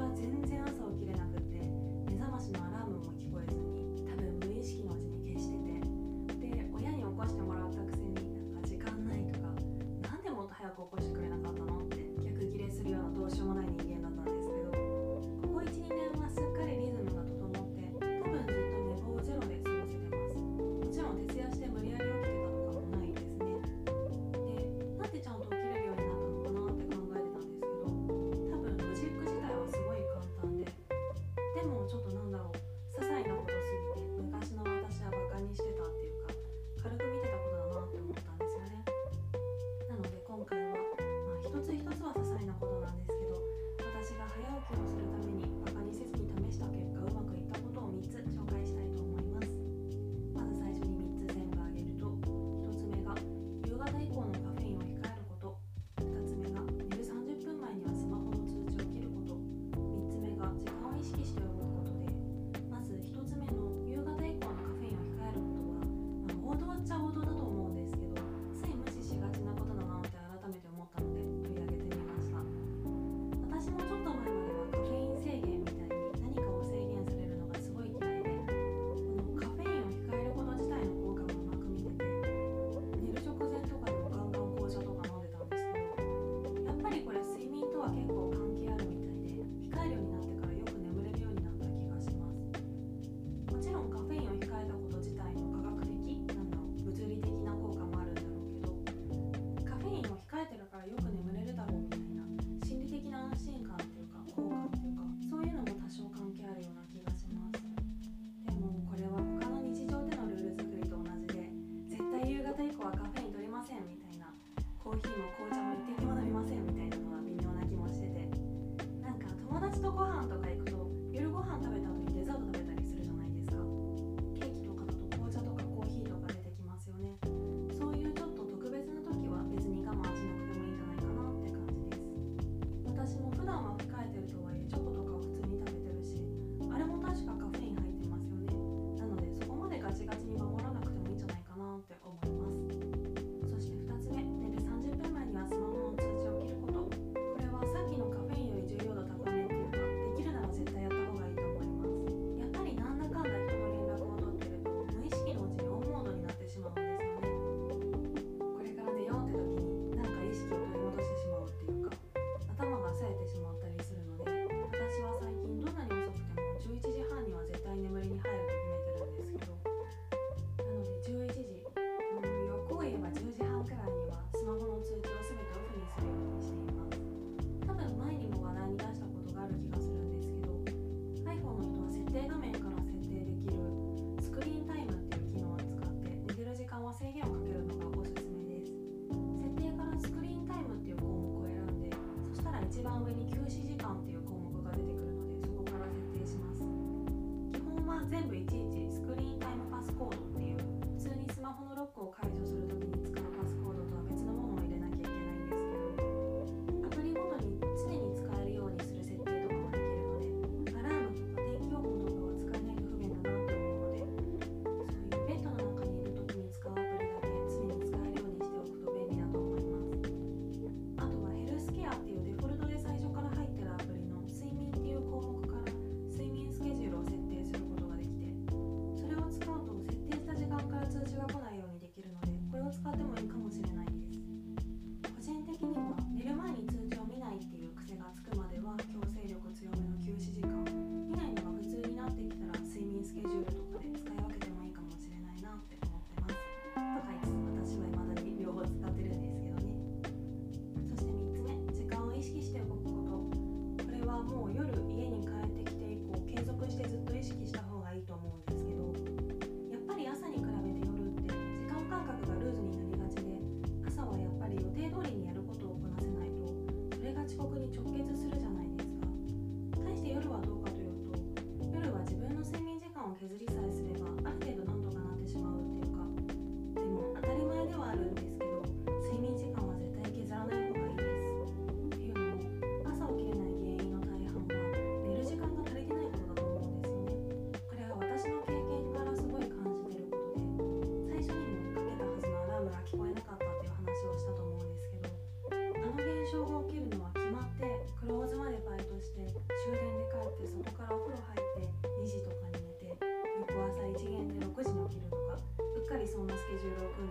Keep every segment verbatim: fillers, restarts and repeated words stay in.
は全然朝起きれなくって、目覚ましのアラームも聞こえずに、多分無意識のうちに消してて、で親に起こしてもらったくせに、なんか時間ないとか、なんでもっと早く起こしてくれなかったのって逆ギレするようなどうしようもない人間だったんですけど、ここ いち、にねんはすっかりリズムが整って、多分ずっと寝坊ゼロで過ごせてます。もちろん徹夜して無理やり起きてたとかもないですね。で、なんでちゃんと起きれるようになったのかなって考えてたんですけど、多分ロジック自体はすごい簡単で、でもちょっとなんだろう、些細なことすぎて昔の私はバカにしてたっていうか、軽く見てたことだなって思ったんですよね。なので今回は、まあ、一つ一つは些細なことなんですけど、私が早起きをするためにバカにせずに試した結果、うまくいったことをみっつ紹介したいと思います。まず最初にみっつ全部挙げると、ひとつめが夕方以降のカフェインを控えること、ふたつめが寝るさんじゅっぷんまえにはスマホの通知を切ること、みっつめが時間を意識して動くことで、まずひとつめの夕方以降のカフェインを控えることは、まあ、王道っちゃ王道だと思うんですけど、つい無視しがちなことだなって改めて思ったので取り上げてみました。私もちょっと前まではカフェイン制限みたいに何かを制限されるのがすごい嫌いで、このカフェインを控えること自体の効果をうまく見てて、寝る直前とかでもガンガン紅茶とか飲んでたんですけど、やっぱりこれ睡眠とは結構関係あるみたいで、控えるようになってからよく眠れるようになった気がします。もちろんカフェインを控えたこと自体の科学的、なんだろう、物理的な効果もあるんだろうけど、カフェインを控えてるからよく眠れるだろうみたいな心理的な安心感っていうか効果っていうか、そういうのも多少関係あるような気がします。でもこれは他の日常でのルール作りと同じで、絶対夕方以降はカフェイン取りませんみたいな、コーヒーも紅茶も一滴も飲みませんみたいなのは微妙な気もしてて、なんか友達とご飯とか行くと夜ご飯食べた後にデザート食べたりするじゃないですか。ケーキとかだと紅茶とかコーヒーとか出てきますよね。そういうちょっと特別な時は別に我慢しなくてもいいんじゃないかなって感じです。私も普段は控えてるとはいえチョコとかを普通に食べてるし、あれも確かカフェイン入ってますよね。なのでそこまでガチガチに守らなくてもいいんじゃないかなって思います。そしてふたつめ、寝るさんじゅっぷんまえにはスマホの通知を切ること。これはさっきのカフェインより重要度高めっていうか、できるなら絶対やった方がいいと思います。やっぱりなんだかんだ人の連絡を取ってると無意識のうちにオンモードになってしまうんですよね。これから寝ようって時になんか意識を取り戻してしまうっていうか、頭が冴えてしまったりするので、私は最近どんなに遅くてもじゅういちじはんには絶対眠りに入ると決めてるんですけど、なのでじゅういちじ、うん、欲を言えばじゅうじはんくらいにはスマホの通知を全てオフにするようにしています。多分前にも話題に出したことがある気がするんですけど、 iPhone の人は設定画面から設定できるスクリーンタイムっていう機能を使って寝てる時間は制限をかけるのがおすすめです。設定からスクリーンタイムっていう項目を選んで、そしたら一番上に休止時間っていう項目が出てくるので、そこから設定します。基本は全部いちいちスクリーンタイムパスコードっていう、普通にスマホのロックを解除するときに使うパスコードとは別のものを入れなきゃいけないんですけど、アプリごとに常に使えるようにする設定とかもできるので、アラームとか天気予報とかは使えないと不便だなって思うので、そういうベッドの中にいるときに使うアプリだけ常に使えるようにしておくと便利だと思います。あとはヘルスケアっていうデフォルトで最初から入ってるアプリの睡眠っていう項目から睡眠スケジュールを設定することができて、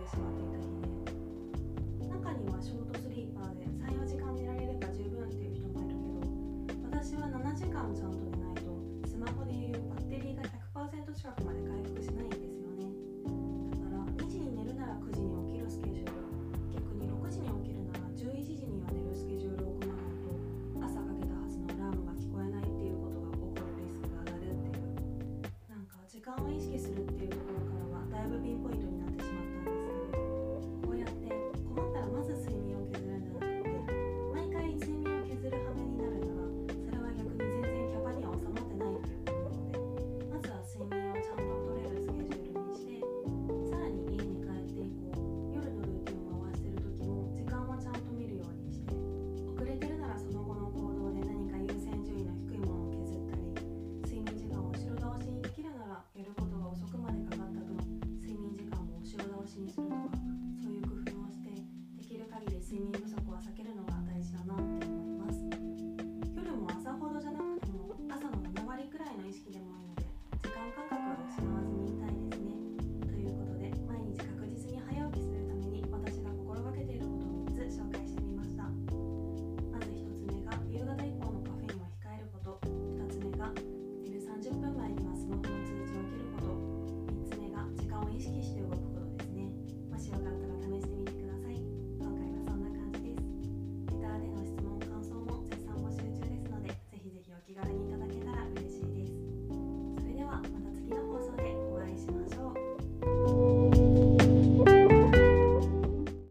でしまっていた日で、中にはショートスリーパーでさん、よじかん寝られれば十分っていう人もいるけど、私はななじかんちゃんと寝ないとスマホでいうバッテリーが ひゃくパーセント 近くまで回復しないんですよね。だからにじに寝るならくじに起きるスケジュール、逆にろくじに起きるならじゅういちじには寝るスケジュールを組まないと、朝かけたはずのアラームが聞こえないっていうことが起こるリスクが上がるっていう、なんか時間を意識するっていうところからはだいぶピンポイントにな